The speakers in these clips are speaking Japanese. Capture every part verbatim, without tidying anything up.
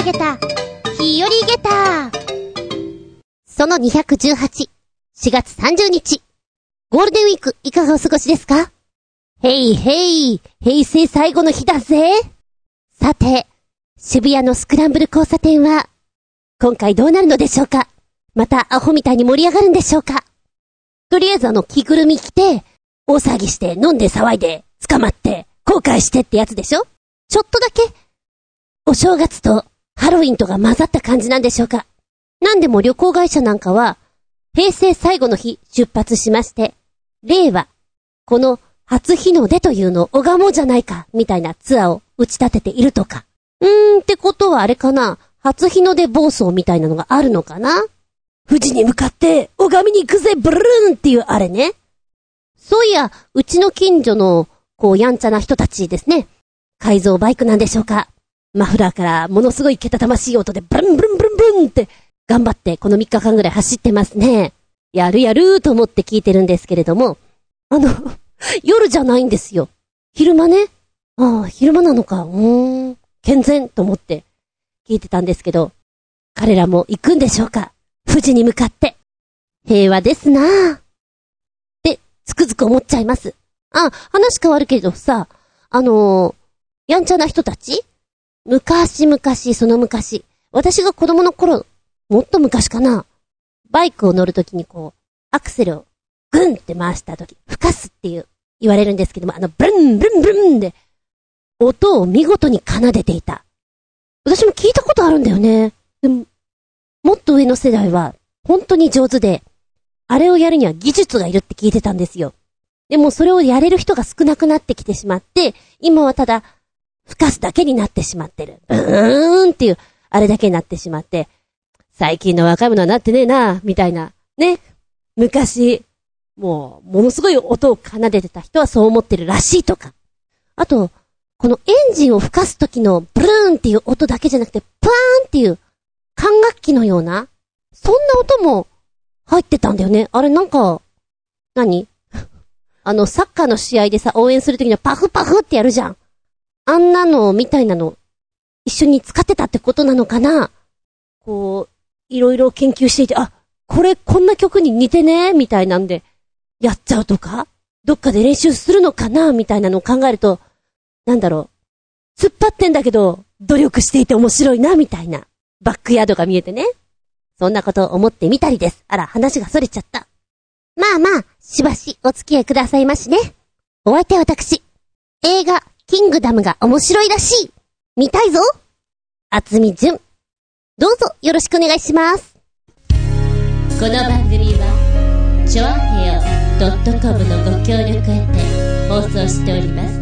あげた日和げたそのにひゃくじゅうはち、しがつさんじゅうにち、ゴールデンウィークいかがお過ごしですか？へいへい、平成最後の日だぜ。さて、渋谷のスクランブル交差点は今回どうなるのでしょうか？またアホみたいに盛り上がるんでしょうか？とりあえずあの着ぐるみ着て大騒ぎして飲んで騒いで捕まって後悔してってやつでしょ？ちょっとだけお正月とハロウィンとが混ざった感じなんでしょうか？なんでも旅行会社なんかは平成最後の日出発しまして、令和この初日の出というのを拝もうじゃないかみたいなツアーを打ち立てているとか。うーんってことはあれかな、初日の出暴走みたいなのがあるのかな。富士に向かって拝みに行くぜブルーンっていうあれね。そういやうちの近所のこうやんちゃな人たちですね、改造バイクなんでしょうか、マフラーからものすごいけたたましい音でブルンブルンブルンブルンって頑張ってこのみっかかんぐらい走ってますね。やるやると思って聞いてるんですけれども、あの夜じゃないんですよ、昼間ね。ああ昼間なのか、うーん健全と思って聞いてたんですけど、彼らも行くんでしょうか、富士に向かって。平和ですなぁってつくづく思っちゃいます。あ、話変わるけどさ、あのー、やんちゃな人たち、昔々その昔、私が子供の頃、もっと昔かな、バイクを乗るときにこうアクセルをグンって回したとき、吹かすっていう言われるんですけども、あのブルンブルンブルンで音を見事に奏でていた。私も聞いたことあるんだよね。でももっと上の世代は本当に上手で、あれをやるには技術がいるって聞いてたんですよ。でもそれをやれる人が少なくなってきてしまって、今はただ吹かすだけになってしまってる。ブーンっていうあれだけになってしまって、最近の若い者はなってねえなみたいなね。昔もうものすごい音を奏でてた人はそう思ってるらしいとか。あとこのエンジンを吹かす時のブルーンっていう音だけじゃなくて、プーンっていう管楽器のようなそんな音も入ってたんだよね。あれなんか何あのサッカーの試合でさ、応援する時にはパフパフってやるじゃん。あんなのみたいなの一緒に使ってたってことなのかな。こういろいろ研究していて、あ、これこんな曲に似てねみたいなんでやっちゃうとか、どっかで練習するのかなみたいなのを考えると、なんだろう、突っ張ってんだけど努力していて面白いなみたいなバックヤードが見えてね、そんなことを思ってみたりです。あら、話がそれちゃった。まあまあしばしお付き合いくださいましね。お相手は私、映画キングダムが面白いらしい、見たいぞ、厚み純。どうぞよろしくお願いします。 この番組はちょあへよ .com のご協力へて放送しております。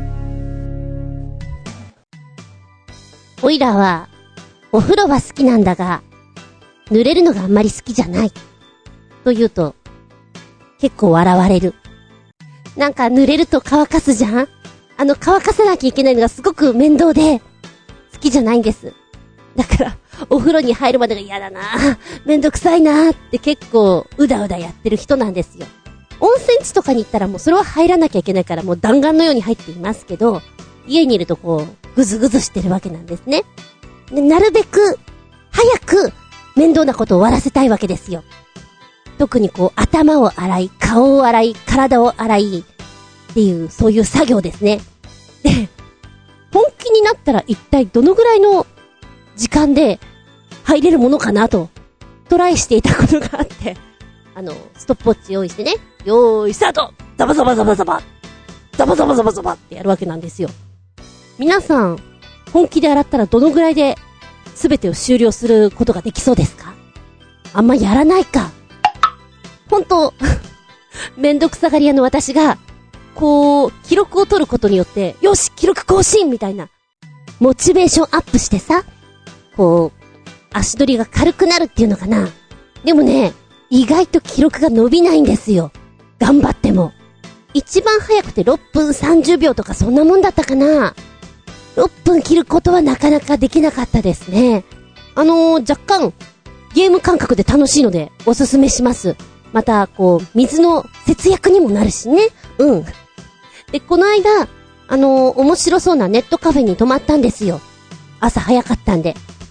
おいらはお風呂は好きなんだが濡れるのがあんまり好きじゃないと言うと結構笑われる。なんか濡れると乾かすじゃん。あの乾かさなきゃいけないのがすごく面倒で好きじゃないんです。だからお風呂に入るまでが嫌だな、めんどくさいなって結構うだうだやってる人なんですよ。温泉地とかに行ったらもうそれは入らなきゃいけないからもう弾丸のように入っていますけど、家にいるとこうぐずぐずしてるわけなんですね。でなるべく早く面倒なことを終わらせたいわけですよ。特にこう頭を洗い、顔を洗い、体を洗いっていうそういう作業ですね。で本気になったら一体どのぐらいの時間で入れるものかなとトライしていたことがあって、あのストップウォッチ用意してね、用意スタート、ザバザバザバザバザバザバザバザバってやるわけなんですよ。皆さん本気で洗ったらどのぐらいで全てを終了することができそうですか？あんまやらないか。本当めんどくさがり屋の私がこう記録を取ることによって、よし記録更新みたいなモチベーションアップしてさ、こう足取りが軽くなるっていうのかな。でもね、意外と記録が伸びないんですよ。頑張っても一番早くてろっぷんさんじゅうびょうとかそんなもんだったかな。ろっぷん切ることはなかなかできなかったですね。あのー、若干ゲーム感覚で楽しいのでおすすめします。またこう水の節約にもなるしね。うん。でこの間あのー、面白そうなネットカフェに泊まったんですよ。朝早かったんで。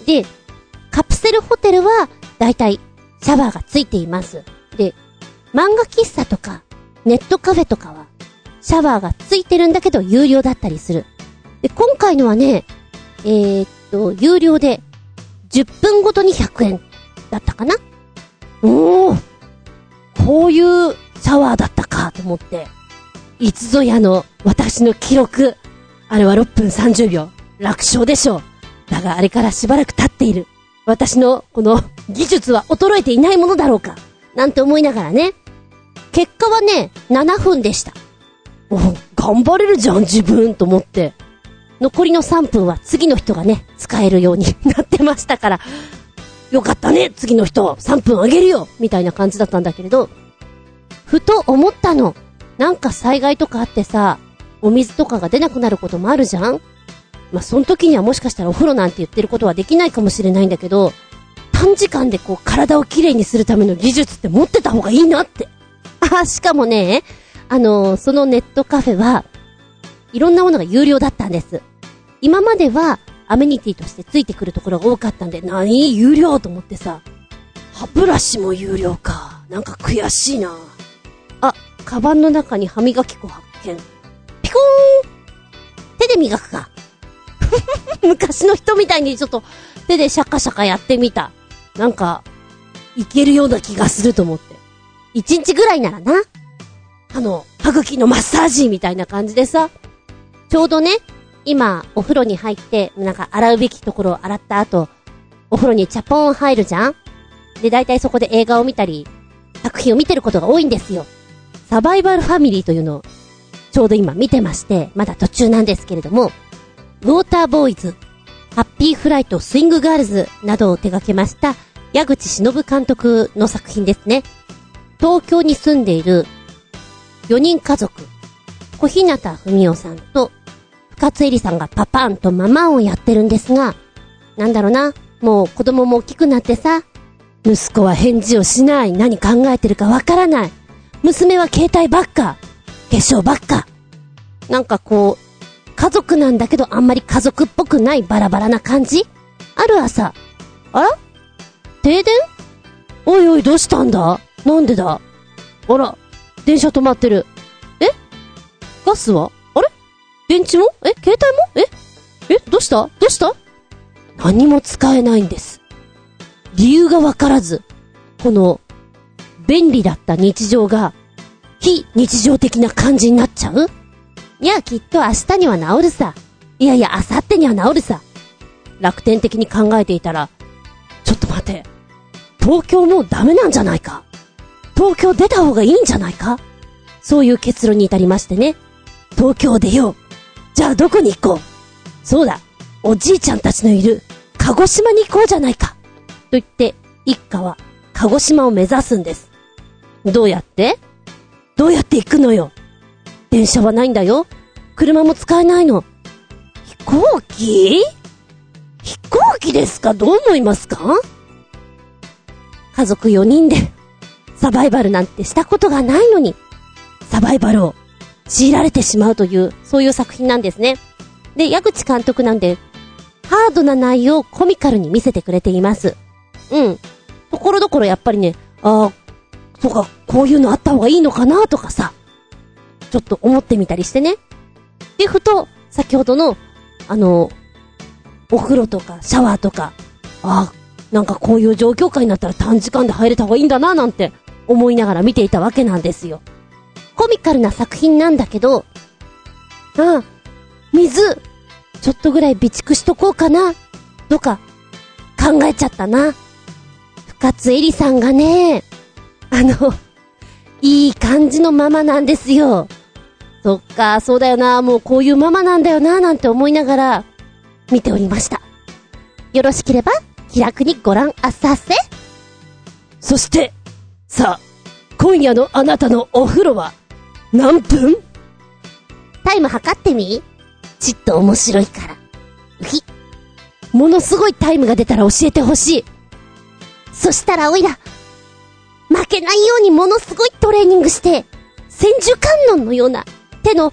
で、カプセルホテルはだいたいシャワーがついています。で、漫画喫茶とかネットカフェとかはシャワーがついてるんだけど有料だったりする。で、今回のはね、えー、っと、有料でじゅっぷんごとにひゃくえんだったかな。おー、こういうシャワーだったかと思って、いつぞやの私の記録、あれはろっぷんさんじゅうびょう、楽勝でしょう。だがあれからしばらく経っている。私のこの技術は衰えていないものだろうか、なんて思いながらね。結果はね、ななふんでした。お、頑張れるじゃん自分と思って。残りのさんぷんは次の人がね、使えるようになってましたから、よかったね、次の人さんぷんあげるよみたいな感じだったんだけれど、ふと思ったの。なんか災害とかあってさ、お水とかが出なくなることもあるじゃん。まあ、その時にはもしかしたらお風呂なんて言ってることはできないかもしれないんだけど、短時間でこう体をきれいにするための技術って持ってた方がいいなって。あ、しかもね、あのー、そのネットカフェはいろんなものが有料だったんです。今まではアメニティとしてついてくるところが多かったんで、何有料と思ってさ、歯ブラシも有料か。なんか悔しいな。あ、カバンの中に歯磨き粉発見。ピコーン、手で磨くか。昔の人みたいにちょっと手でシャカシャカやってみた。なんかいけるような気がすると思って。一日ぐらいならな。あの歯茎のマッサージみたいな感じでさ。ちょうどね、今お風呂に入ってなんか洗うべきところを洗った後、お風呂にチャポン入るじゃん。で、だいたいそこで映画を見たり作品を見てることが多いんですよ。サバイバルファミリーというのをちょうど今見てまして、まだ途中なんですけれども、ウォーターボーイズ、ハッピーフライト、スイングガールズなどを手掛けました矢口忍監督の作品ですね。東京に住んでいるよにん家族、小日向文夫さんと深津絵里さんがパパンとママをやってるんですが、なんだろうな、もう子供も大きくなってさ、息子は返事をしない、何考えてるかわからない、娘は携帯ばっか、化粧ばっか、なんかこう家族なんだけどあんまり家族っぽくないバラバラな感じ。ある朝、あら停電？おいおいどうしたんだ？なんでだ？あら、電車止まってる。え？ガスは？あれ？電池も？え？携帯も？え？え？どうした？どうした？何も使えないんです。理由がわからず、この便利だった日常が非日常的な感じになっちゃう？いや、きっと明日には治るさ。いやいや、明後日には治るさ。楽天的に考えていたら、ちょっと待て。東京もうダメなんじゃないか。東京出た方がいいんじゃないか。そういう結論に至りましてね。東京出よう。じゃあどこに行こう。そうだ。おじいちゃんたちのいる鹿児島に行こうじゃないか。と言って、一家は鹿児島を目指すんです。どうやって？どうやって行くのよ。電車はないんだよ。車も使えないの。飛行機？飛行機ですか？どう思いますか？家族よにんでサバイバルなんてしたことがないのに、サバイバルを強いられてしまうという、そういう作品なんですね。で、矢口監督なんでハードな内容をコミカルに見せてくれています。うん。ところどころやっぱりね、ああ、そうか、こういうのあった方がいいのかなとかさ、ちょっと思ってみたりしてね。で、ふと、先ほどの、あの、お風呂とかシャワーとか、ああ、なんかこういう状況下になったら短時間で入れた方がいいんだななんて思いながら見ていたわけなんですよ。コミカルな作品なんだけど、ああ、水、ちょっとぐらい備蓄しとこうかな、とか、考えちゃったな。深津絵里さんがね、あの、いい感じのママなんですよ。そっか、そうだよな、もうこういうママなんだよな、なんて思いながら見ておりました。よろしければ気楽にご覧あさせ。そして、さあ、今夜のあなたのお風呂は何分？タイム測ってみ？ちっと面白いから。うひ。ものすごいタイムが出たら教えてほしい。そしたらおいら、負けないようにものすごいトレーニングして、千手観音のような手の、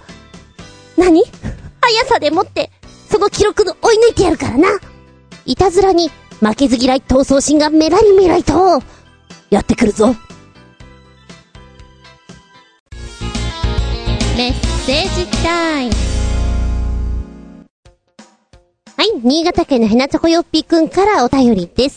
何？速さでもって、その記録の追い抜いてやるからな。いたずらに負けず嫌い闘争心がメラリメラリとやってくるぞ。 メッセージタイム。 はい、新潟県のヘナチョコヨッピーくんからお便りです。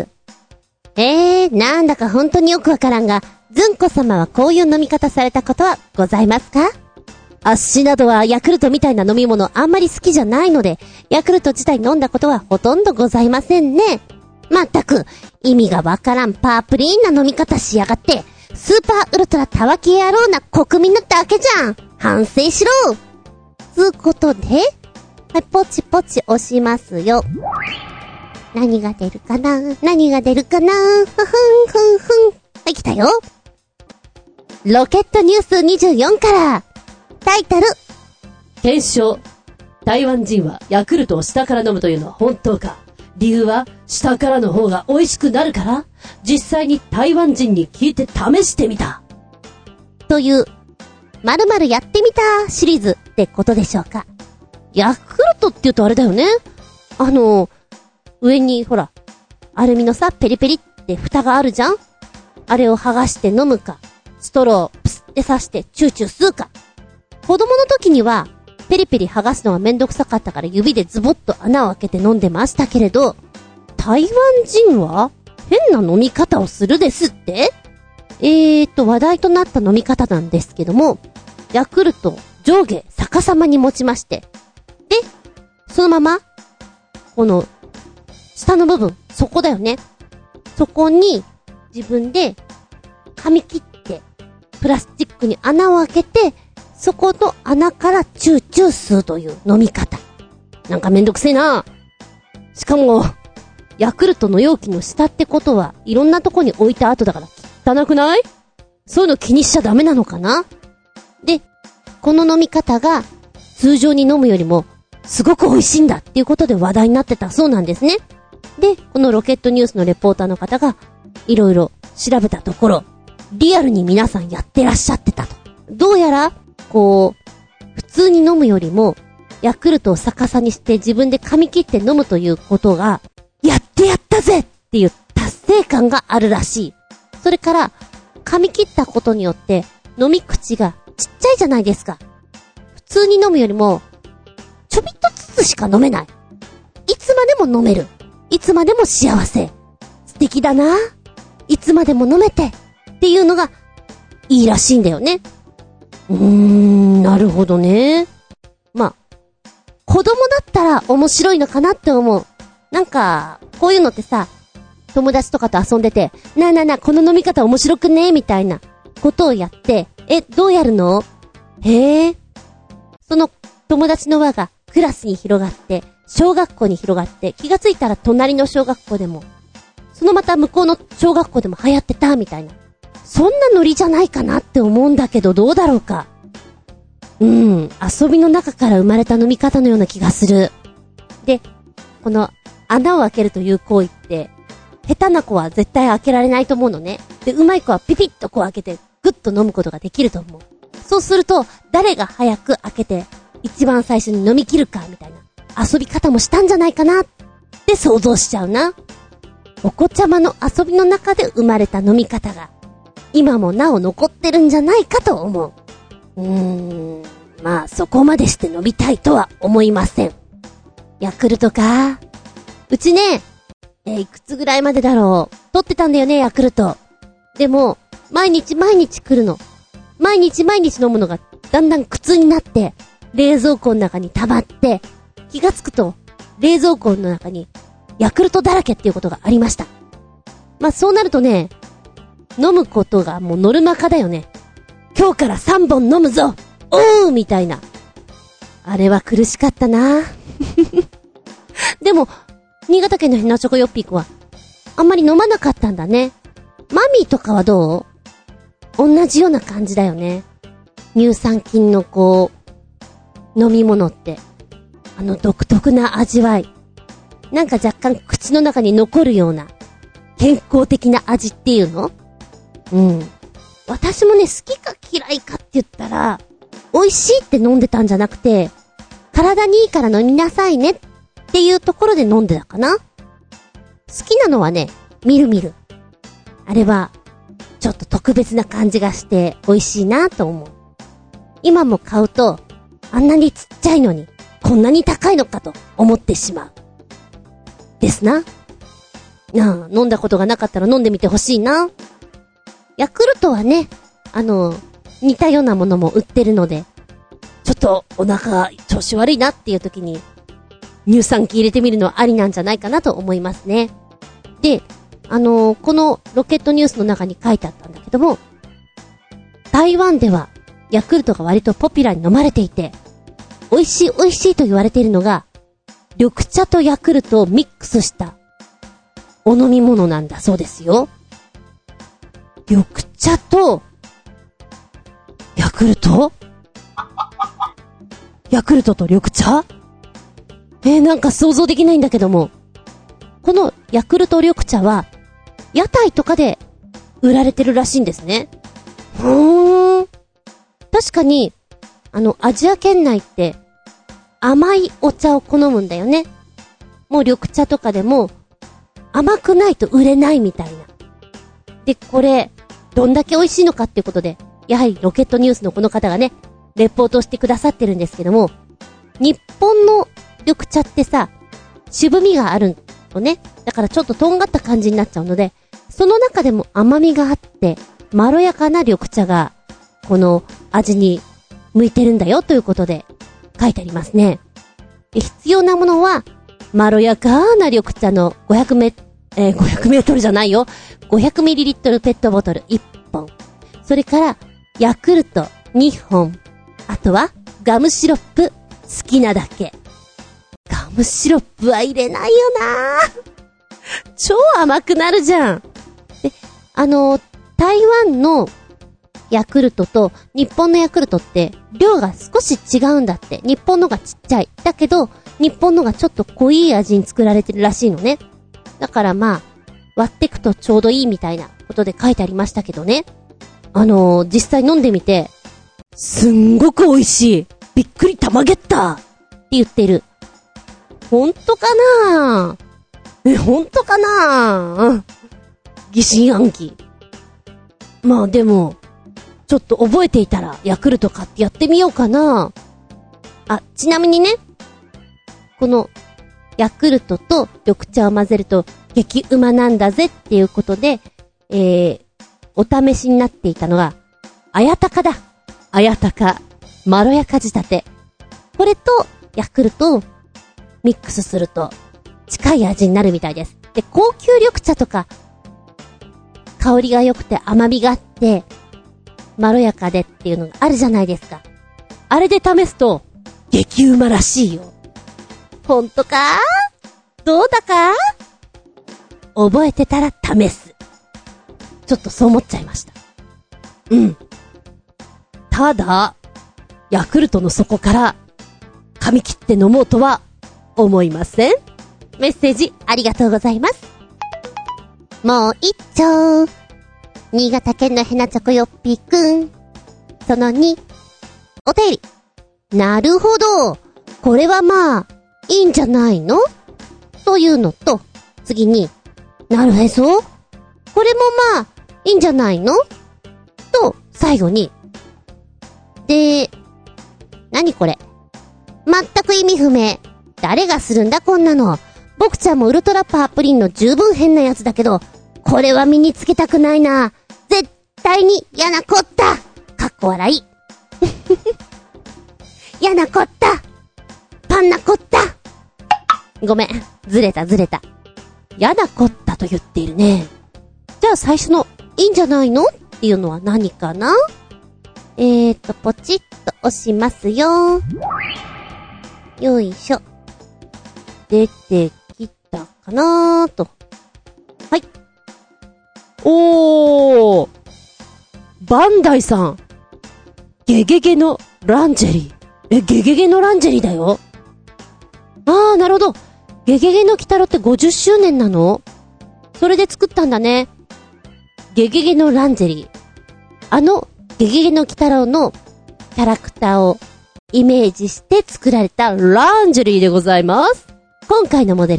えー、なんだか本当によくわからんが、ずんこ様はこういう飲み方されたことはございますか？あっしなどはヤクルトみたいな飲み物あんまり好きじゃないので、ヤクルト自体飲んだことはほとんどございませんね。まったく、意味がわからんパープリーンな飲み方しやがって、スーパーウルトラたわけ野郎な国民なだけじゃん。反省しろ。つうことで、はい、ポチポチ押しますよ。何が出るかな何が出るかなふふんふんふん。はい、来たよ。ロケットニュースにじゅうよんから。タイトル。 検証。台湾人はヤクルトを下から飲むというのは本当か？理由は下からの方が美味しくなるから？実際に台湾人に聞いて試してみた。 という、〇〇やってみたシリーズってことでしょうか。ヤクルトって言うとあれだよね。あの、上にほら、アルミのさ、ペリペリって蓋があるじゃん？あれを剥がして飲むか、ストロープスって刺してチューチュー吸うか。子供の時には、ペリペリ剥がすのがめんどくさかったから指でズボッと穴を開けて飲んでましたけれど、台湾人は変な飲み方をするですって？えーと、話題となった飲み方なんですけども、ヤクルト上下逆さまに持ちまして、で、そのまま、この、下の部分、そこだよね。そこに、自分で、噛み切って、プラスチックに穴を開けて、そこの穴からチューチュー吸うという飲み方。なんかめんどくせえな。しかも、ヤクルトの容器の下ってことは、いろんなとこに置いた後だから汚くない？そういうの気にしちゃダメなのかな？で、この飲み方が、通常に飲むよりも、すごく美味しいんだっていうことで話題になってたそうなんですね。で、このロケットニュースのレポーターの方が、いろいろ調べたところ、リアルに皆さんやってらっしゃってたと。どうやら、こう、普通に飲むよりも、ヤクルトを逆さにして自分で噛み切って飲むということが、やってやったぜっていう達成感があるらしい。それから、噛み切ったことによって、飲み口がちっちゃいじゃないですか。普通に飲むよりも、ちょびっとずつしか飲めない。いつまでも飲める。いつまでも幸せ。素敵だな。いつまでも飲めて。っていうのが、いいらしいんだよね。うーん、なるほどね。まあ、子供だったら面白いのかなって思う。なんか、こういうのってさ、友達とかと遊んでて、なあなあなあ、この飲み方面白くねみたいなことをやって、え、どうやるの？へえ。その友達の輪がクラスに広がって、小学校に広がって、気がついたら隣の小学校でも、そのまた向こうの小学校でも流行ってたみたいな。そんなノリじゃないかなって思うんだけど、どうだろうか。うん、遊びの中から生まれた飲み方のような気がする。で、この穴を開けるという行為って、下手な子は絶対開けられないと思うのね。で、上手い子はピピッとこう開けて、グッと飲むことができると思う。そうすると、誰が早く開けて、一番最初に飲み切るか、みたいな遊び方もしたんじゃないかなって想像しちゃうな。お子ちゃまの遊びの中で生まれた飲み方が、今もなお残ってるんじゃないかと思う。うーん、まあそこまでして飲みたいとは思いません。ヤクルトか。うちね、えー、いくつぐらいまでだろう。取ってたんだよね、ヤクルト。でも、毎日毎日来るの。毎日毎日飲むのがだんだん苦痛になって、冷蔵庫の中に溜まって、気がつくと、冷蔵庫の中にヤクルトだらけっていうことがありました。まあそうなるとね、飲むことがもうノルマ化だよね。今日からさんぼん飲むぞおーみたいな。あれは苦しかったなでも、新潟県のひなチョコヨッピー子は、あんまり飲まなかったんだね。マミーとかはどう？同じような感じだよね。乳酸菌のこう、飲み物って、あの独特な味わい。なんか若干口の中に残るような、健康的な味っていうの？うん。私もね、好きか嫌いかって言ったら、美味しいって飲んでたんじゃなくて、体にいいから飲みなさいねっていうところで飲んでたかな。 好きなのはね、みるみる。あれは、ちょっと特別な感じがして美味しいなと思う。今も買うと、あんなにちっちゃいのに、こんなに高いのかと思ってしまう。ですな。なあ、飲んだことがなかったら飲んでみてほしいな。ヤクルトはね、あの、似たようなものも売ってるので、ちょっとお腹が調子悪いなっていう時に、乳酸菌入れてみるのはありなんじゃないかなと思いますね。で、あのー、このロケットニュースの中に書いてあったんだけども、台湾ではヤクルトが割とポピュラーに飲まれていて、美味しい美味しいと言われているのが、緑茶とヤクルトをミックスしたお飲み物なんだそうですよ。緑茶とヤクルト？ヤクルトと緑茶？えー、なんか想像できないんだけども、このヤクルト緑茶は屋台とかで売られてるらしいんですね。ふーん。確かに、あの、アジア圏内って甘いお茶を好むんだよね。もう緑茶とかでも甘くないと売れないみたいな。で、これ、どんだけ美味しいのかっていうことで、やはりロケットニュースのこの方がね、レポートしてくださってるんですけども、日本の緑茶ってさ、渋みがあるのね。だからちょっととんがった感じになっちゃうので、その中でも甘みがあって、まろやかな緑茶が、この味に向いてるんだよということで書いてありますね。で、必要なものは、まろやかな緑茶のごひゃくメ、えー、ごひゃくメートルじゃないよ。ごひゃくミリリットルペットボトルいっぽん。それから、ヤクルトにほん。あとは、ガムシロップ好きなだけ。ガムシロップは入れないよなぁ。超甘くなるじゃん。で、あの、台湾のヤクルトと日本のヤクルトって量が少し違うんだって。日本のがちっちゃい。だけど、日本のがちょっと濃い味に作られてるらしいのね。だからまあ、割ってくとちょうどいいみたいなことで書いてありましたけどね。あのー、実際飲んでみて、すんごく美味しい。びっくりたまげったって言ってる。ほんとかなぁ？え、ほんとかなぁ？疑心暗鬼。まあでも、ちょっと覚えていたらヤクルト買ってやってみようかな。あ、ちなみにね、このヤクルトと緑茶を混ぜると激うまなんだぜっていうことで、えー、お試しになっていたのが、あやたかだ。あやたか、まろやか仕立て。これとヤクルトをミックスすると近い味になるみたいです。で、高級緑茶とか、香りが良くて甘みがあって、まろやかでっていうのがあるじゃないですか。あれで試すと、激うまらしいよ。ほんとか？どうだか？覚えてたら試す。ちょっとそう思っちゃいました。うん。ただ、ヤクルトの底から噛み切って飲もうとは思いません。メッセージありがとうございます。もう一丁。新潟県のヘナチョコヨッピーくん。そのに、お便り。なるほど。これはまあ、いいんじゃないの？というのと、次に、なるへそ。これもまあ、いいんじゃないの？と、最後に。で、何これ？全く意味不明。誰がするんだこんなの。僕ちゃんもウルトラパープリンの十分変なやつだけど、これは身につけたくないな。絶対に嫌なこった。かっこ笑い。嫌なこった。パンナコッタ。ごめん。ずれたずれた。嫌なこったと言っているね。じゃあ最初のいいんじゃないのっていうのは何かな？えーと、ポチッと押しますよ。よいしょ。出てきたかなーと。はい。おー。バンダイさん。ゲゲゲのランジェリー。え、ゲゲゲのランジェリーだよ。あー、なるほど。ゲゲゲの鬼太郎ってごじゅっしゅうねんなの？それで作ったんだね。ゲゲゲのランジェリー。あの、ゲゲゲの鬼太郎のキャラクターをイメージして作られたランジェリーでございます。今回のモデルは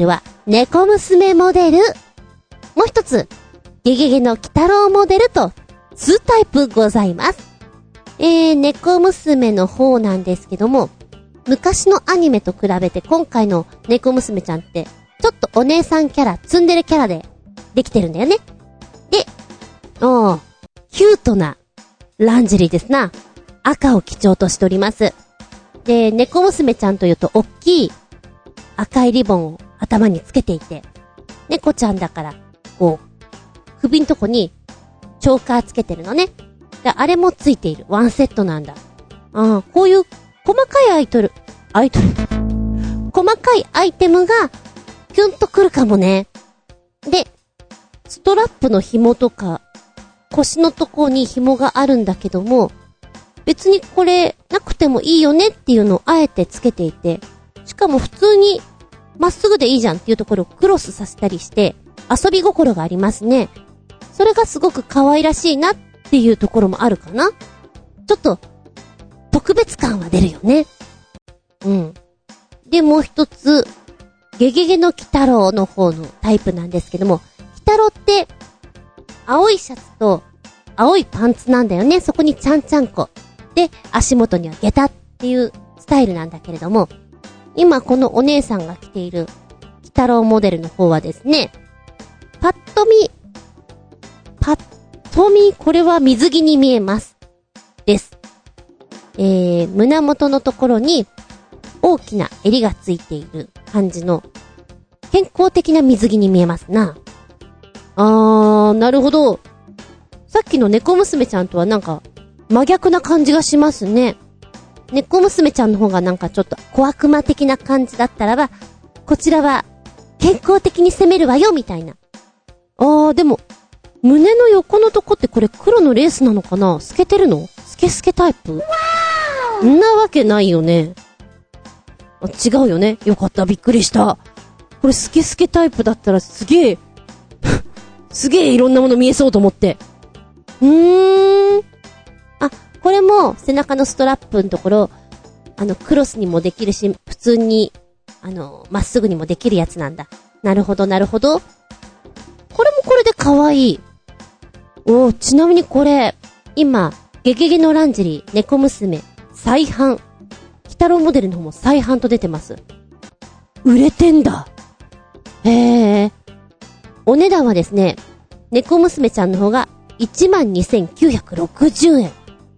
猫娘モデル、もう一つ、ゲゲゲの鬼太郎モデルと、にタイプございます。えー、猫娘の方なんですけども、昔のアニメと比べて今回の猫娘ちゃんって、ちょっとお姉さんキャラ、ツンデレキャラでできてるんだよね。で、おー、キュートなランジェリーですな。赤を基調としております。で、猫娘ちゃんというと大きい赤いリボンを頭につけていて、猫ちゃんだから、こう、首のとこにチョーカーつけてるのね。で、あれもついている。ワンセットなんだ。ああ、こういう細かいアイトル、アイトル細かいアイテムがキュンとくるかもね。で、ストラップの紐とか腰のとこに紐があるんだけども、別にこれなくてもいいよねっていうのをあえてつけていて、しかも普通にまっすぐでいいじゃんっていうところをクロスさせたりして遊び心がありますね。それがすごく可愛らしいなっていうところもあるかな。ちょっと特別感は出るよね。うん。で、もう一つ、ゲゲゲの鬼太郎の方のタイプなんですけども、鬼太郎って、青いシャツと青いパンツなんだよね。そこにちゃんちゃんこ。で、足元には下駄っていうスタイルなんだけれども、今このお姉さんが着ている鬼太郎モデルの方はですね、パッと見、パッと見、これは水着に見えます。です。えー、胸元のところに大きな襟がついている感じの健康的な水着に見えますな。あー、なるほど。さっきの猫娘ちゃんとはなんか真逆な感じがしますね。猫娘ちゃんの方がなんかちょっと小悪魔的な感じだったらば、こちらは健康的に攻めるわよみたいな。あー、でも胸の横のとこってこれ黒のレースなのかな？透けてるの？スケスケタイプ？んなわけないよね。あ、違うよね。よかった、びっくりした。これスケスケタイプだったらすげえすげえいろんなもの見えそうと思って。うーん。あ、これも背中のストラップのところ、あのクロスにもできるし、普通にあのまっすぐにもできるやつなんだ。なるほどなるほど。これもこれで可愛い。おー、ちなみにこれ今ゲゲゲのランジェリー猫娘再販、鬼太郎モデルの方も再販と出てます。売れてんだ。へー。お値段はですね、猫娘ちゃんの方が いちまんにせんきゅうひゃくろくじゅうえん。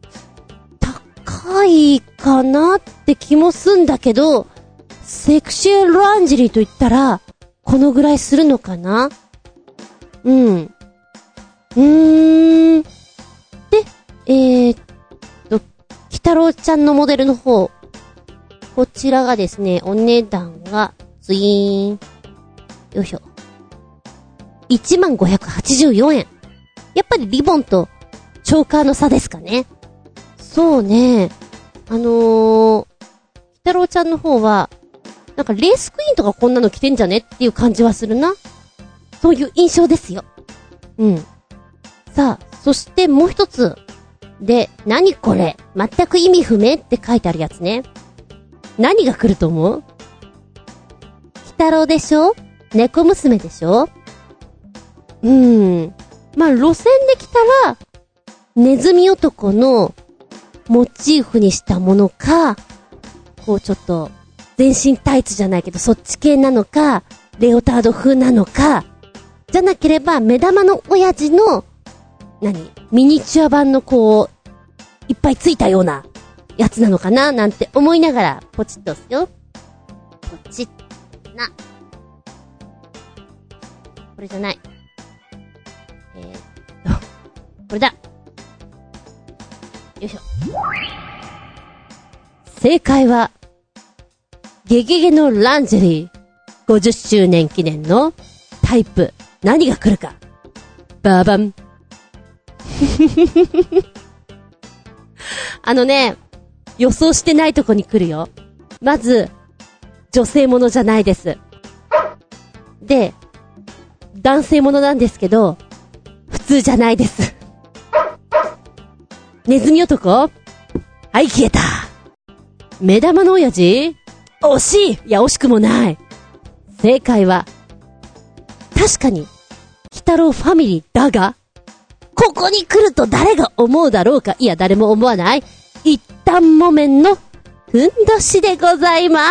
高いかなって気もすんだけど、セクシーランジェリーと言ったらこのぐらいするのかな。うん。うーん。で、えーっと、鬼太郎ちゃんのモデルの方。こちらがですね、お値段が、ツイーン。よいしょ。いちまんごひゃくはちじゅうよんえん。やっぱりリボンとチョーカーの差ですかね。そうね。あのー、鬼太郎ちゃんの方は、なんかレースクイーンとかこんなの着てんじゃねっていう感じはするな。そういう印象ですよ。うん。さあ、そしてもう一つ。で、何これ？全く意味不明って書いてあるやつね。何が来ると思う？鬼太郎でしょ？猫娘でしょ？うーん。まあ、路線で来たら、ネズミ男のモチーフにしたものか、こうちょっと、全身タイツじゃないけどそっち系なのか、レオタード風なのか、じゃなければ目玉の親父の、何？ミニチュア版のこう、いっぱいついたようなやつなのかななんて思いながら、ポチッと押すよ。ポチッな。これじゃない。えー、っと、これだ。よいしょ。正解は、ゲゲゲのランジェリーごじゅっしゅうねん記念のタイプ。何が来るか。バーバン。あのね、予想してないとこに来るよ。まず、女性ものじゃないです。で、男性ものなんですけど、普通じゃないです。ネズミ男？はい、消えた。目玉の親父？惜しい。いや、惜しくもない。正解は、 確かに、鬼太郎ファミリーだが、ここに来ると誰が思うだろうか。いや、誰も思わない。一旦木綿のふんどしでございます。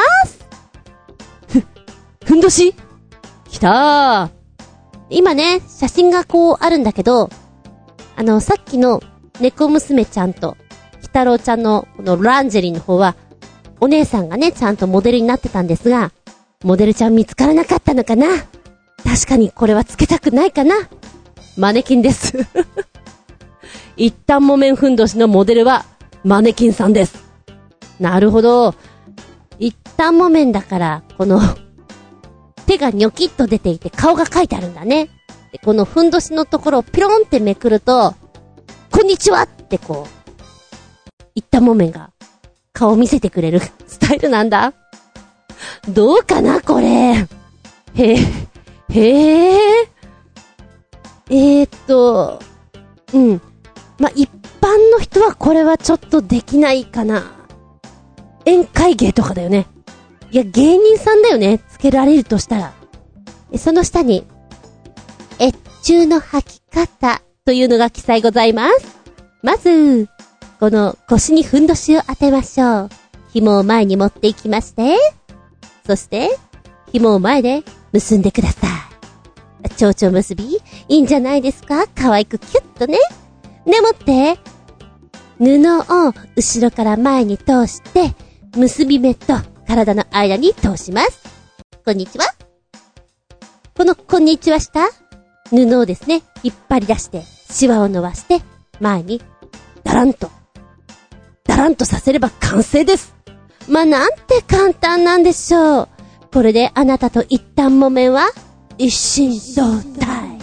ふ、ふんどし来たー。今ね、写真がこうあるんだけど、あの、さっきの猫娘ちゃんと、鬼太郎ちゃんのこのランジェリーの方は、お姉さんがね、ちゃんとモデルになってたんですが、モデルちゃん見つからなかったのかな。確かにこれはつけたくないかな。マネキンです。一旦木綿ふんどしのモデルは、マネキンさんです。なるほど。一旦木綿だから、この、手がニョキッと出ていて顔が書いてあるんだね。で、このふんどしのところをピロンってめくると、こんにちはってこう、一旦木綿が顔を見せてくれるスタイルなんだ。どうかなこれ。へえ、へえ。えーっと、うん。まあ、一般の人はこれはちょっとできないかな。宴会芸とかだよね。いや、芸人さんだよね。つけられるとしたら。その下に、越中の履き方というのが記載ございます。まず、この腰にふんどしを当てましょう。紐を前に持っていきまして、そして、紐を前で結んでください。蝶々結びいいんじゃないですか？可愛くキュッとね。でもって、布を後ろから前に通して、結び目と体の間に通します。こんにちは。このこんにちはした布をですね、引っ張り出して、シワを伸ばして、前に、ダランと、ダランとさせれば完成です。まあ、なんて簡単なんでしょう。これであなたと一旦木綿は、一心同体。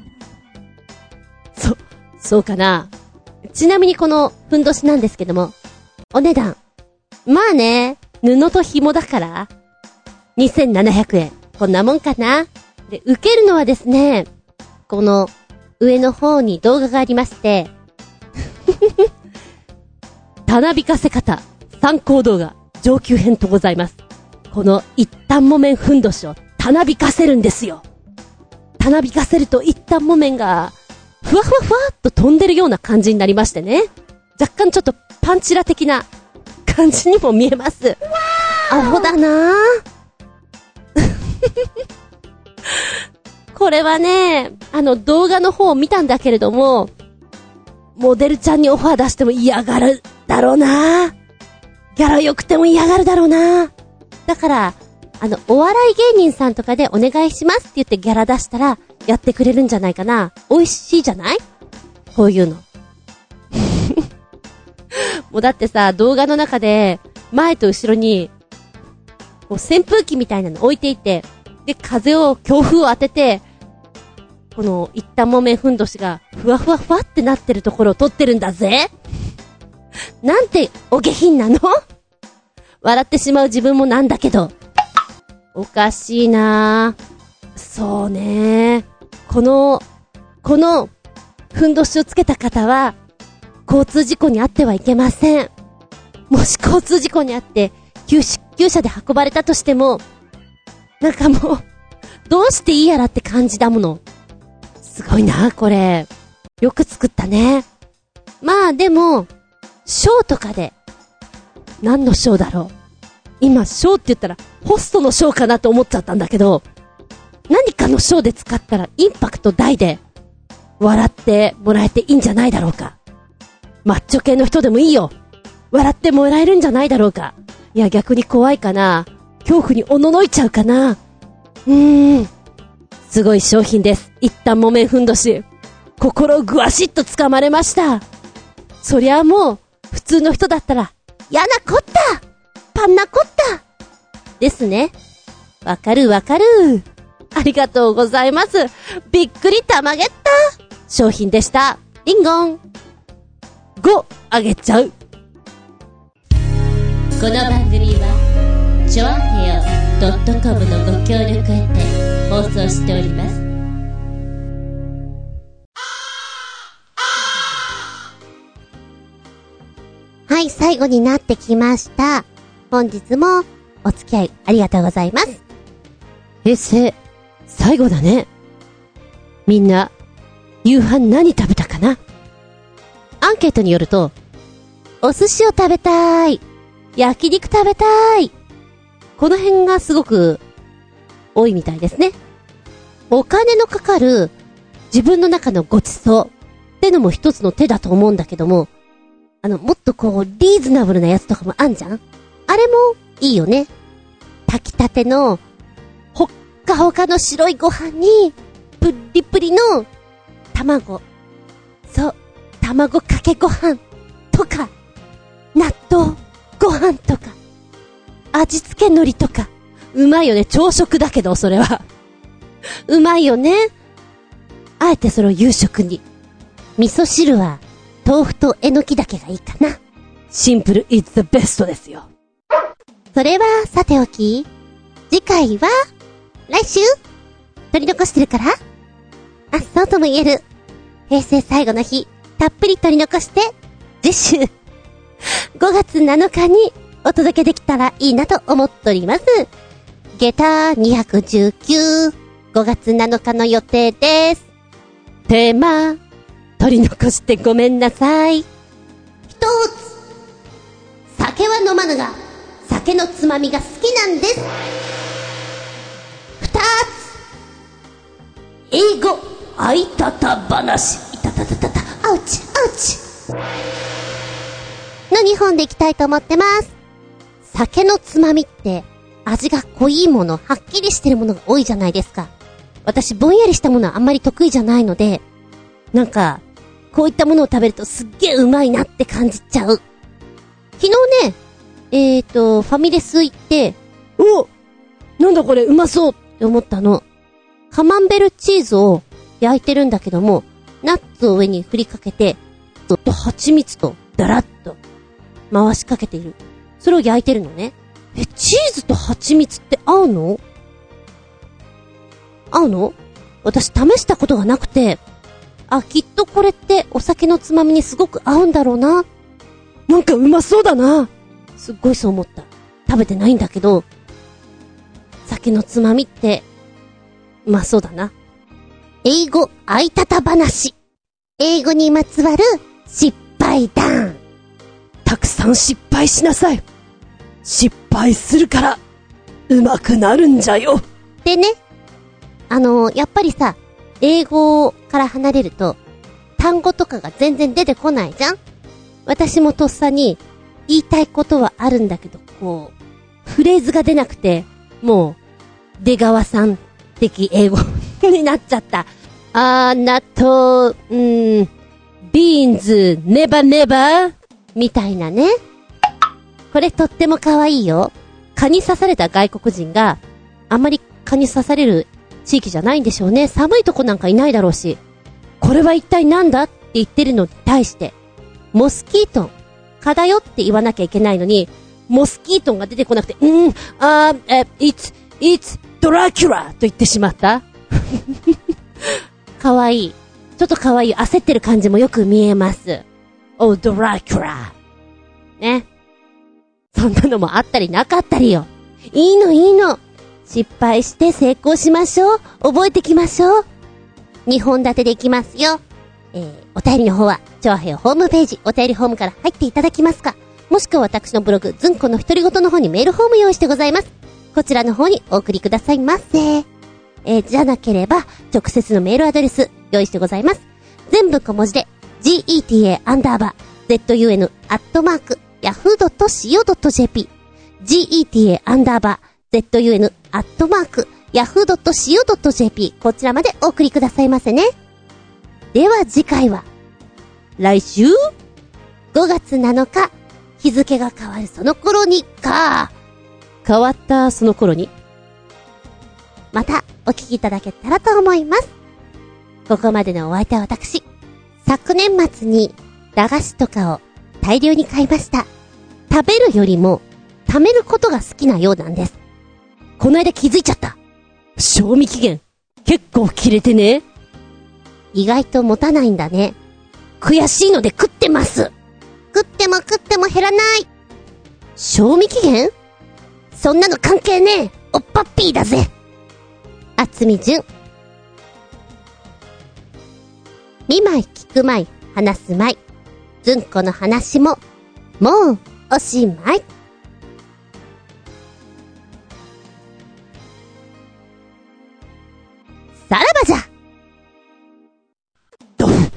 そ、そうかな。ちなみにこのふんどしなんですけども、お値段。まあね、布と紐だから、にせんななひゃくえん。こんなもんかな。で、受けるのはですね、この上の方に動画がありまして、たなびかせ方、参考動画、上級編とございます。この一旦木綿ふんどしをたなびかせるんですよ。たなびかせると一旦木綿が、ふわふわふわっと飛んでるような感じになりましてね。若干ちょっとパンチラ的な感じにも見えます。アホだなぁ。これはね、あの動画の方を見たんだけれども、モデルちゃんにオファー出しても嫌がるだろうな。ギャラ良くても嫌がるだろうな。だから、あの、お笑い芸人さんとかでお願いしますって言ってギャラ出したら、やってくれるんじゃないかな。美味しいじゃない？こういうの。もうだってさ、動画の中で、前と後ろに、こう扇風機みたいなの置いていて、で、風を、強風を当てて、この一旦木綿ふんどしがふわふわふわってなってるところを撮ってるんだぜ。なんてお下品なの？笑ってしまう自分もなんだけど。おかしいなぁ。そうね。この、このふんどしをつけた方は交通事故に遭ってはいけません。もし交通事故に遭って救急車で運ばれたとしても、なんかもうどうしていいやらって感じだもの。すごいなこれ。よく作ったね。まあでもショーとかで、何のショーだろう。今ショーって言ったらホストのショーかなと思っちゃったんだけど、何かのショーで使ったらインパクト大で笑ってもらえていいんじゃないだろうか。マッチョ系の人でもいいよ。笑ってもらえるんじゃないだろうか。いや逆に怖いかな。恐怖におののいちゃうかな。うーん。すごい商品です。一旦木綿ふんどし。心をぐわしっと掴まれました。そりゃもう普通の人だったら、やなこったパンナコッタですね。わかるわかる。ありがとうございます。びっくりたまげった商品でした。リンゴンごあげちゃう。 この番組はチョアヘオ .com のご協力へて放送しております。 はい、最後になってきました。本日もお付き合いありがとうございます。 平成最後だね。 みんな、夕飯何食べたかな？アンケートによると、お寿司を食べたい。焼肉食べたい。この辺がすごく多いみたいですね。お金のかかる自分の中のごちそうってのも一つの手だと思うんだけども、あの、もっとこう、リーズナブルなやつとかもあんじゃん？あれもいいよね。炊きたての、ほっかほかの白いご飯に、プッリプリの卵。そう、卵かけご飯とか、納豆ご飯とか、味付け海苔とか、うまいよね。朝食だけど、それは。うまいよね。あえてそれを夕食に。味噌汁は、豆腐とえのきだけがいいかな。シンプル is the best ですよ。 それは、さておき。次回は、来週取り残してるから？あ、そうとも言える。平成最後の日、たっぷり取り残して、次週、ごがつなのかにお届けできたらいいなと思っております。下駄にひゃくじゅうきゅう、ごがつなのかの予定です。 テーマ、取り残してごめんなさい。 一つ、酒は飲まぬが、酒のつまみが好きなんです。二つ、英語、あいたた話。いたたたたた、アウチ、アウチ。のにほんでいきたいと思ってます。酒のつまみって、味が濃いもの、はっきりしてるものが多いじゃないですか。私、ぼんやりしたものはあんまり得意じゃないので、なんか、こういったものを食べるとすっげえうまいなって感じちゃう。昨日ね、えーと、ファミレス行って、 お！なんだこれうまそうって思ったの。カマンベルチーズを焼いてるんだけども、ナッツを上に振りかけて、ずっと蜂蜜とダラッと回しかけている。それを焼いてるのね。え、チーズと蜂蜜って合うの？合うの？私試したことがなくて、あ、きっとこれってお酒のつまみにすごく合うんだろうな。 なんかうまそうだな。 すっごいそう思った。食べてないんだけど、酒のつまみって、うまそうだな。英語、あいたた話。英語にまつわる失敗談。 たくさん失敗しなさい。失敗するから、うまくなるんじゃよ。 でね、あのー、やっぱりさ、英語から離れると、単語とかが全然出てこないじゃん？私もとっさに、言いたいことはあるんだけど、こう、フレーズが出なくて、もう、出川さん的英語になっちゃった。あー、納豆、うーん、ビーンズ、ネバネバみたいなね。これとっても可愛いよ。蚊に刺された外国人が、あんまり蚊に刺される地域じゃないんでしょうね。寒いとこなんかいないだろうし。これは一体なんだって言ってるのに対して、モスキートン、蚊だよって言わなきゃいけないのに、モスキートンが出てこなくて、うーん、あー、え、it's, it's, ドラキュラと言ってしまった。かわいい。ちょっとかわいい。焦ってる感じもよく見えます。お、ドラキュラ。ね。そんなのもあったりなかったりよ。いいのいいの。失敗して成功しましょう。覚えてきましょう。にほん立てでいきますよ。えー、お便りの方は、チョアヘヨホームページ、お便りホームから入っていただきますか。もしくは私のブログ、ズンコの独り言の方にメールフォーム用意してございます。こちらの方にお送りくださいませ。えー、じゃなければ、直接のメールアドレス、用意してございます。全部小文字で、geta アンダーバー、zun アットマーク、yahoo.co.jp、geta アンダーバー、zun アットマーク、yahoo.co.jp、こちらまでお送りくださいませね。では次回は、来週ごがつなのか、日付が変わるその頃にか。 変わったその頃に。 またお聞きいただけたらと思います。ここまでのお相手は私。昨年末に駄菓子とかを大量に買いました。食べるよりも貯めることが好きなようなんです。この間気づいちゃった。 賞味期限結構切れてね。 意外と持たないんだね。悔しいので食ってます。食っても食っても減らない。賞味期限？そんなの関係ねえ。おっぱっぴーだぜ。あつみじゅん。 見舞い聞く舞い話す舞い。ずんこの話も、もうおしまい。さらばじゃ。 ドフ。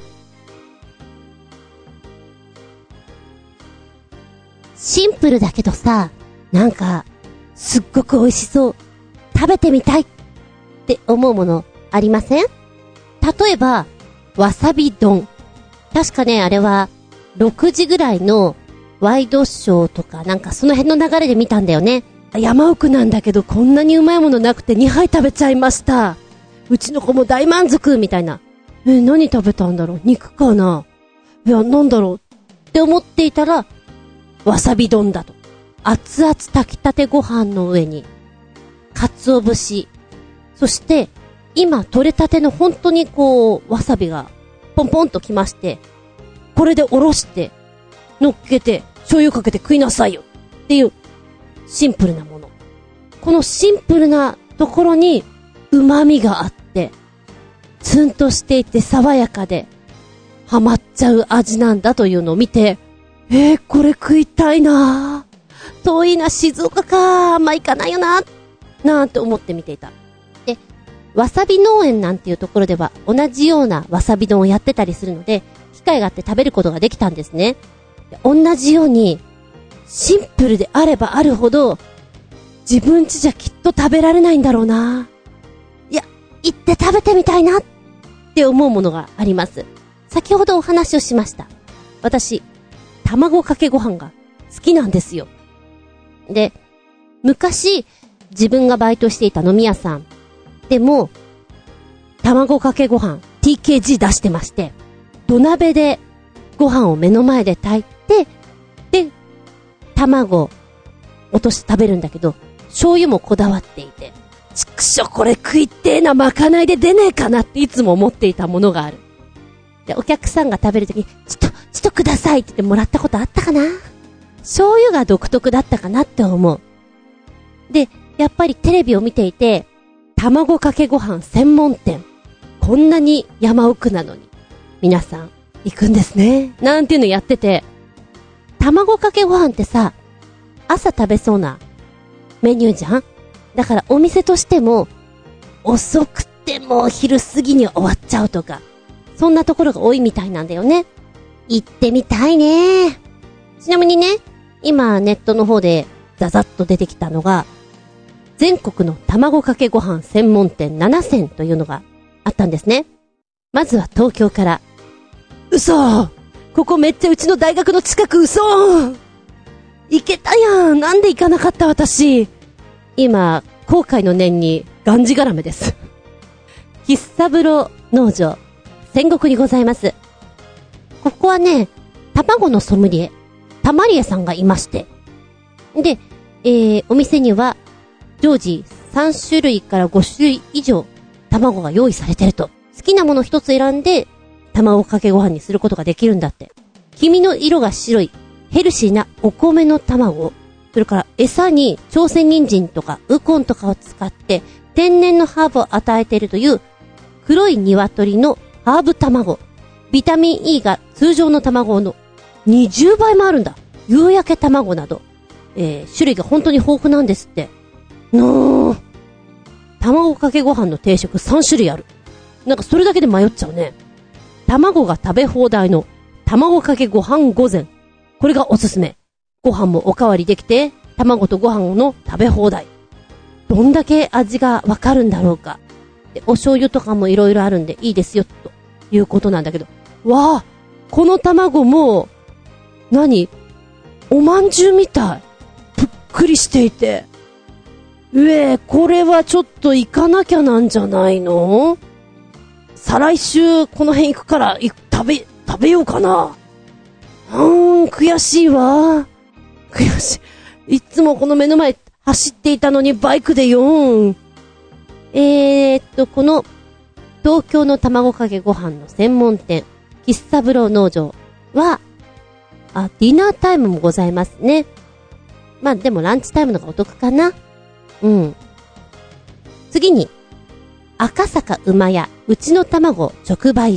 シンプルだけどさ、なんか、すっごく美味しそう。食べてみたいって思うものありません？例えば、わさび丼。確かね、あれは、ろくじぐらいのワイドショーとか、なんかその辺の流れで見たんだよね。 山奥なんだけどこんなにうまいものなくてにはい食べちゃいました。うちの子も大満足みたいな。え、何食べたんだろう？肉かな？いや、なんだろうって思っていたら、わさび丼だと。熱々炊きたてご飯の上に、鰹節。そして、今取れたての本当にこう、わさびがポンポンときまして、これでおろして、乗っけて、醤油かけて食いなさいよっていう、シンプルなもの。このシンプルなところに、旨味があって、ツンとしていて爽やかで、ハマっちゃう味なんだというのを見て、えー、これ食いたいなぁ。遠いな、静岡か。まあ、行かないよな。なんて思って見ていた。で、わさび農園なんていうところでは同じようなわさび丼をやってたりするので、機会があって食べることができたんですね。同じように、シンプルであればあるほど、自分家じゃきっと食べられないんだろうな。いや、行って食べてみたいなって思うものがあります。先ほどお話をしました。私、卵かけご飯が好きなんですよ。で、昔、自分がバイトしていた飲み屋さんでも、卵かけご飯 ティーケージー 出してまして、土鍋でご飯を目の前で炊いて、で、卵落として食べるんだけど、醤油もこだわっていて、ちくしょこれ食いってえな、まかないで出ねえかなっていつも思っていたものがある。で、お客さんが食べるときに、ちょっと、ちょっとくださいって言ってもらったことあったかな？醤油が独特だったかなって思う。で、やっぱりテレビを見ていて、卵かけご飯専門店。こんなに山奥なのに、皆さん行くんですね。なんていうのやってて、卵かけご飯ってさ、朝食べそうなメニューじゃん？だからお店としても、遅くても昼過ぎに終わっちゃうとか、そんなところが多いみたいなんだよね。行ってみたいね。ちなみにね、今ネットの方でザザッと出てきたのが、全国の卵かけご飯専門店ななせんというのがあったんですね。まずは東京から。嘘！ここめっちゃうちの大学の近く。嘘！行けたやん。なんで行かなかった私。今、後悔の念にがんじがらめです。喫茶風呂農場、戦国にございます。ここはね、卵のソムリエ、たまりえさんがいまして。で、えー、お店には、常時さんしゅるいからごしゅるい以上、卵が用意されてると。好きなもの一つ選んで、卵かけご飯にすることができるんだって。黄身の色が白い、ヘルシーなお米の卵。それから餌に朝鮮人参とかウコンとかを使って天然のハーブを与えているという黒い鶏のハーブ卵。ビタミン E が通常の卵のにじゅうばいもあるんだ。夕焼け卵など、えー、種類が本当に豊富なんですって。のー、卵かけご飯の定食さんしゅるいある。なんかそれだけで迷っちゃうね。卵が食べ放題の卵かけご飯御膳。これがおすすめ。ご飯もおかわりできて、卵とご飯の食べ放題。どんだけ味がわかるんだろうか。で、お醤油とかもいろいろあるんでいいですよ、ということなんだけど。わあ、この卵も、何？おまんじゅうみたい。ぷっくりしていて。うえ、これはちょっと行かなきゃなんじゃないの？再来週この辺行くから食べ、食べようかな。うーん、悔しいわ。悔しい。いつもこの目の前走っていたのにバイクでよーん。えーっと、この東京の卵かけご飯の専門店、喫茶風呂農場は、あ、ディナータイムもございますね。まあでもランチタイムのがお得かな。うん。次に、赤坂馬屋うちの卵直売所。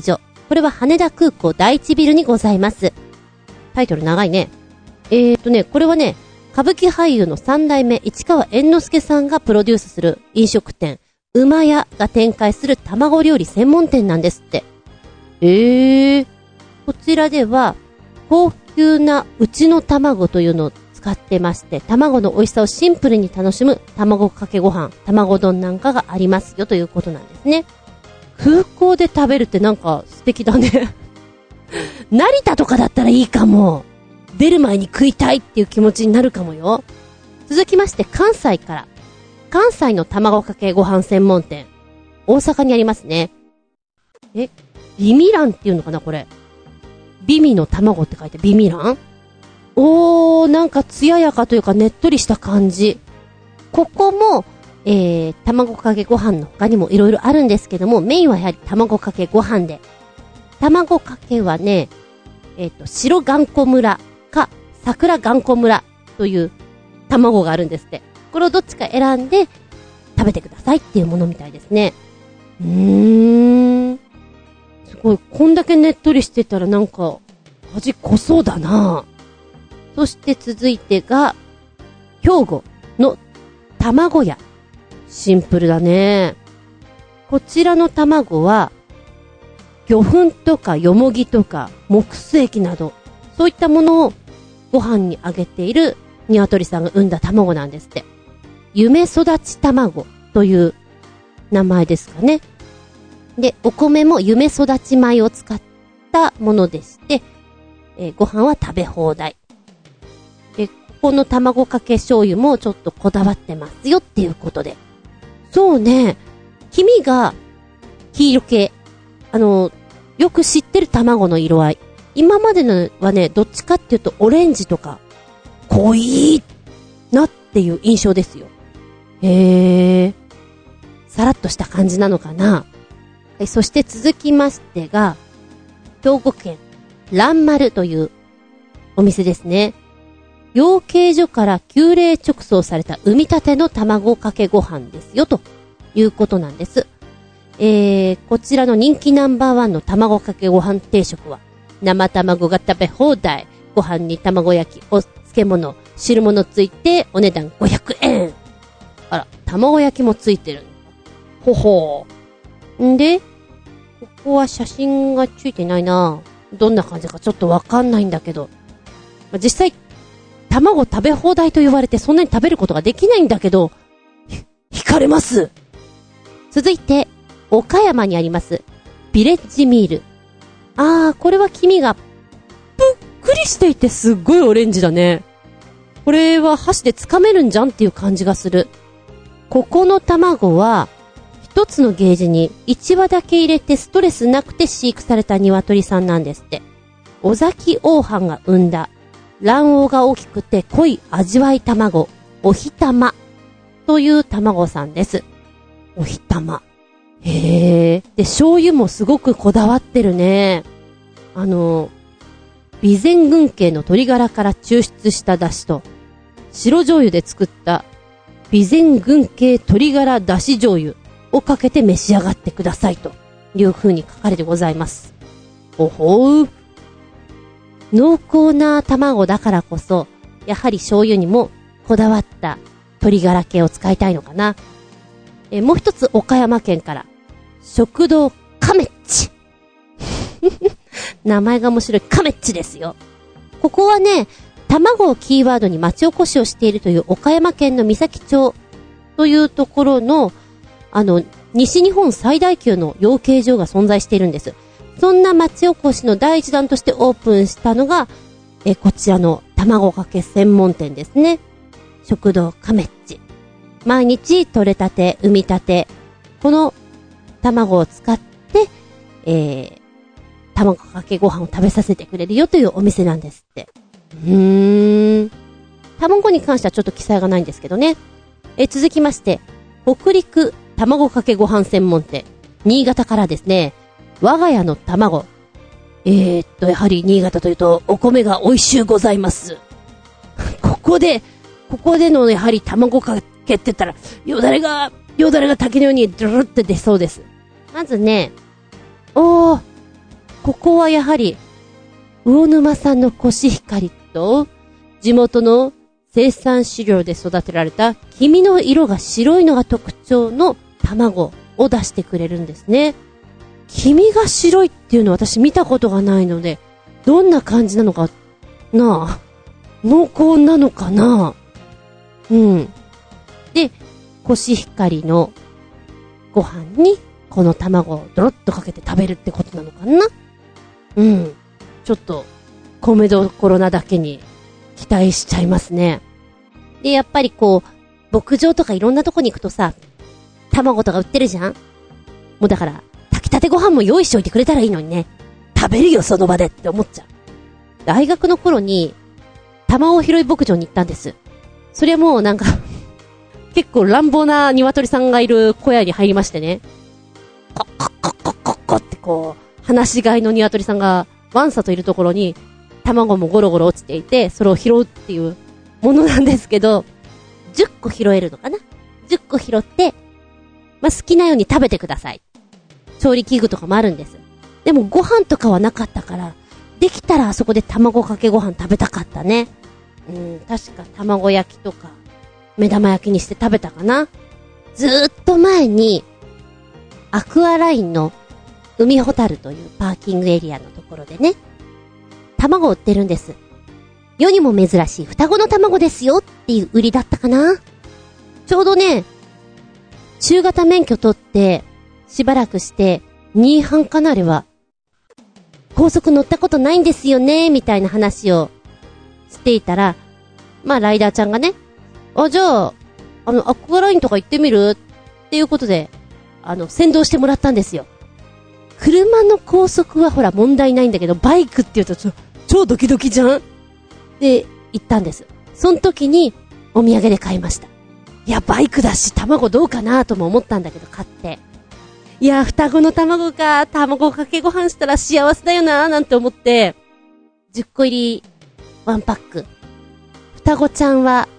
これは羽田空港第一ビルにございます。タイトル長いね。えーとね、これはね、歌舞伎俳優の三代目市川猿之助さんがプロデュースする飲食店、馬屋が展開する卵料理専門店なんですって。えー、こちらでは、高級なうちの卵というのを使ってまして、卵の美味しさをシンプルに楽しむ卵かけご飯、卵丼なんかがありますよということなんですね。空港で食べるってなんか素敵だね。成田とかだったらいいかも。出る前に食いたいっていう気持ちになるかもよ。続きまして関西から。関西の卵かけご飯専門店。大阪にありますね。え、ビミランっていうのかなこれ。ビミの卵って書いてビミラン？おー、なんか艶やかというかねっとりした感じ。ここも、えー、卵かけご飯の他にもいろいろあるんですけども、メインはやはり卵かけご飯で。卵かけはね、えっと、白頑固村か桜頑固村という卵があるんですって。これをどっちか選んで食べてくださいっていうものみたいですね。うーん。すごい、こんだけねっとりしてたらなんか味濃そうだな。そして続いてが兵庫の卵屋。シンプルだね。こちらの卵は魚粉とかよもぎとか木須液などそういったものをご飯にあげている鶏さんが産んだ卵なんですって。夢育ち卵という名前ですかね。で、お米も夢育ち米を使ったものでして、えー、ご飯は食べ放題。で、ここの卵かけ醤油もちょっとこだわってますよっていうことで。そうね、黄身が黄色系。あの、よく知ってる卵の色合い。今までのはね、どっちかっていうとオレンジとか濃いなっていう印象ですよ。へー。さらっとした感じなのかな。はい、そして続きましてが、兵庫県蘭丸というお店ですね。養鶏所から急冷直送された産み立ての卵かけご飯ですよということなんです。えー、こちらの人気ナンバーワンの卵かけご飯定食は生卵が食べ放題、ご飯に卵焼き、お漬物、汁物ついてお値段ごひゃくえん。あら、卵焼きもついてる。ほほー。んで、ここは写真がついてないな。どんな感じかちょっとわかんないんだけど。まあ、実際、卵食べ放題と言われてそんなに食べることができないんだけど、惹かれます。続いて、岡山にあります、ビレッジミール。あー、これは黄身がぷっくりしていてすっごいオレンジだね。これは箸で掴めるんじゃんっていう感じがする。ここの卵は、一つのゲージに一羽だけ入れてストレスなくて飼育された鶏さんなんですって。尾崎王藩が産んだ卵黄が大きくて濃い味わい卵、おひたまという卵さんです。おひたま。へえ。で、醤油もすごくこだわってるね。あの、備前軍系の鶏ガラから抽出した出汁と、白醤油で作った備前軍系鶏ガラ出汁醤油をかけて召し上がってくださいという風に書かれてございます。おほう。濃厚な卵だからこそ、やはり醤油にもこだわった鶏ガラ系を使いたいのかな。え、もう一つ岡山県から、食堂カメッチ。名前が面白いカメッチですよ。ここはね、卵をキーワードに町おこしをしているという岡山県の三崎町というところの、あの、西日本最大級の養鶏場が存在しているんです。そんな町おこしの第一弾としてオープンしたのが、え、こちらの卵かけ専門店ですね。食堂カメッチ。毎日取れたて、産みたて、この卵を使って、えー、卵かけご飯を食べさせてくれるよというお店なんですって。うーん。卵に関してはちょっと記載がないんですけどね。えー、続きまして、北陸卵かけご飯専門店、新潟からですね、我が家の卵。えー、っと、やはり新潟というと、お米が美味しゅうございます。ここで、ここでのやはり卵かけって言ったら、よだれが、よだれが滝のようにドゥルって出そうです。まずね、おー、 ここはやはり、魚沼産のコシヒカリと、地元の生産飼料で育てられた黄身の色が白いのが特徴の卵を出してくれるんですね。黄身が白いっていうのは私見たことがないので、どんな感じなのかなあ、濃厚なのかな。うん。で、コシヒカリのご飯にこの卵をドロッとかけて食べるってことなのかな。うん。ちょっと米どころなだけに期待しちゃいますね。で、やっぱりこう牧場とかいろんなとこに行くとさ、卵とか売ってるじゃん。もうだから炊きたてご飯も用意しておいてくれたらいいのにね。食べるよその場でって思っちゃう。大学の頃に卵拾い牧場に行ったんです。それはもうなんか結構乱暴な鶏さんがいる小屋に入りましてね。コッコッコッコッコッコってこう放し飼いの鶏さんがワンサといるところに卵もゴロゴロ落ちていて、それを拾うっていうものなんですけど、じゅっこ拾えるのかな。じゅっこ拾って、まあ、好きなように食べてください。調理器具とかもあるんです。でもご飯とかはなかったから、できたらあそこで卵かけご飯食べたかったね。うん、確か卵焼きとか目玉焼きにして食べたかな。ずーっと前にアクアラインの海ホタルというパーキングエリアのところでね、卵を売ってるんです。世にも珍しい双子の卵ですよっていう売りだったかな。ちょうどね、中型免許取ってしばらくしてにはんかなあれは高速乗ったことないんですよねみたいな話をしていたら、まあライダーちゃんがね、あ、じゃああのアクアラインとか行ってみるっていうことで、あの先導してもらったんですよ。車の高速はほら問題ないんだけど、バイクって言うとちょ超ドキドキじゃんで行ったんです。その時にお土産で買いました。いやバイクだし卵どうかなとも思ったんだけど買って、いや双子の卵か、卵かけご飯したら幸せだよななんて思ってじゅっこ入りワンパック。双子ちゃんは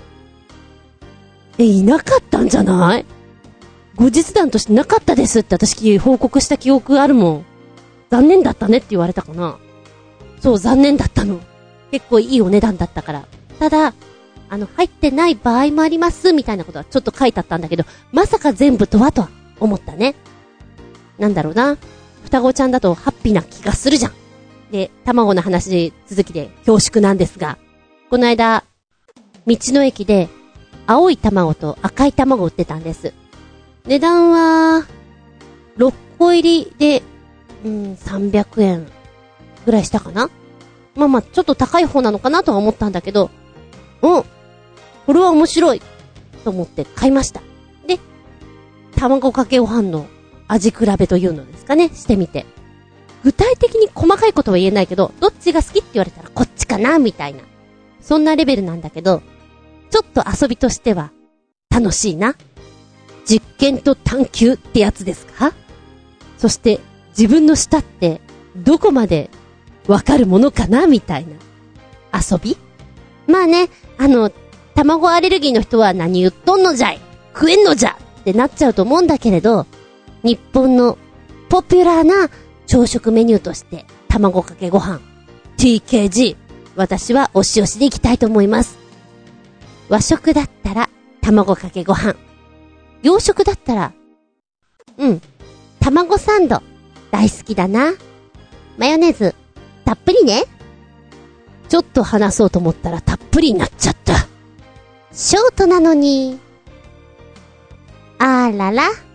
えいなかったんじゃない？後日談としてなかったですって私報告した記憶あるもん。残念だったねって言われたかな。そう残念だったの。結構いいお値段だったから。ただあの入ってない場合もありますみたいなことはちょっと書いてあったんだけど、まさか全部とはとは思ったね。なんだろうな、双子ちゃんだとハッピーな気がするじゃん。で卵の話続きで恐縮なんですが、この間道の駅で青い卵と赤い卵売ってたんです。値段はろっこ入りで、うん、さんびゃくえんぐらいしたかな。まあまあちょっと高い方なのかなとは思ったんだけど、うん、これは面白いと思って買いました。で卵かけご飯の味比べというのですかね、してみて、具体的に細かいことは言えないけど、どっちが好きって言われたらこっちかなみたいな、そんなレベルなんだけど、ちょっと遊びとしては楽しいな。実験と探求ってやつですか。そして自分の舌ってどこまでわかるものかなみたいな遊び。まあね、あの卵アレルギーの人は何言っとんのじゃい、食えんのじゃってなっちゃうと思うんだけれど、日本のポピュラーな朝食メニューとして卵かけご飯 ティーケージー、 私は押し押しでいきたいと思います。和食だったら卵かけご飯、洋食だったらうん卵サンド大好きだな。マヨネーズたっぷりね。ちょっと話そうと思ったらたっぷりになっちゃった。ショートなのに。あらら。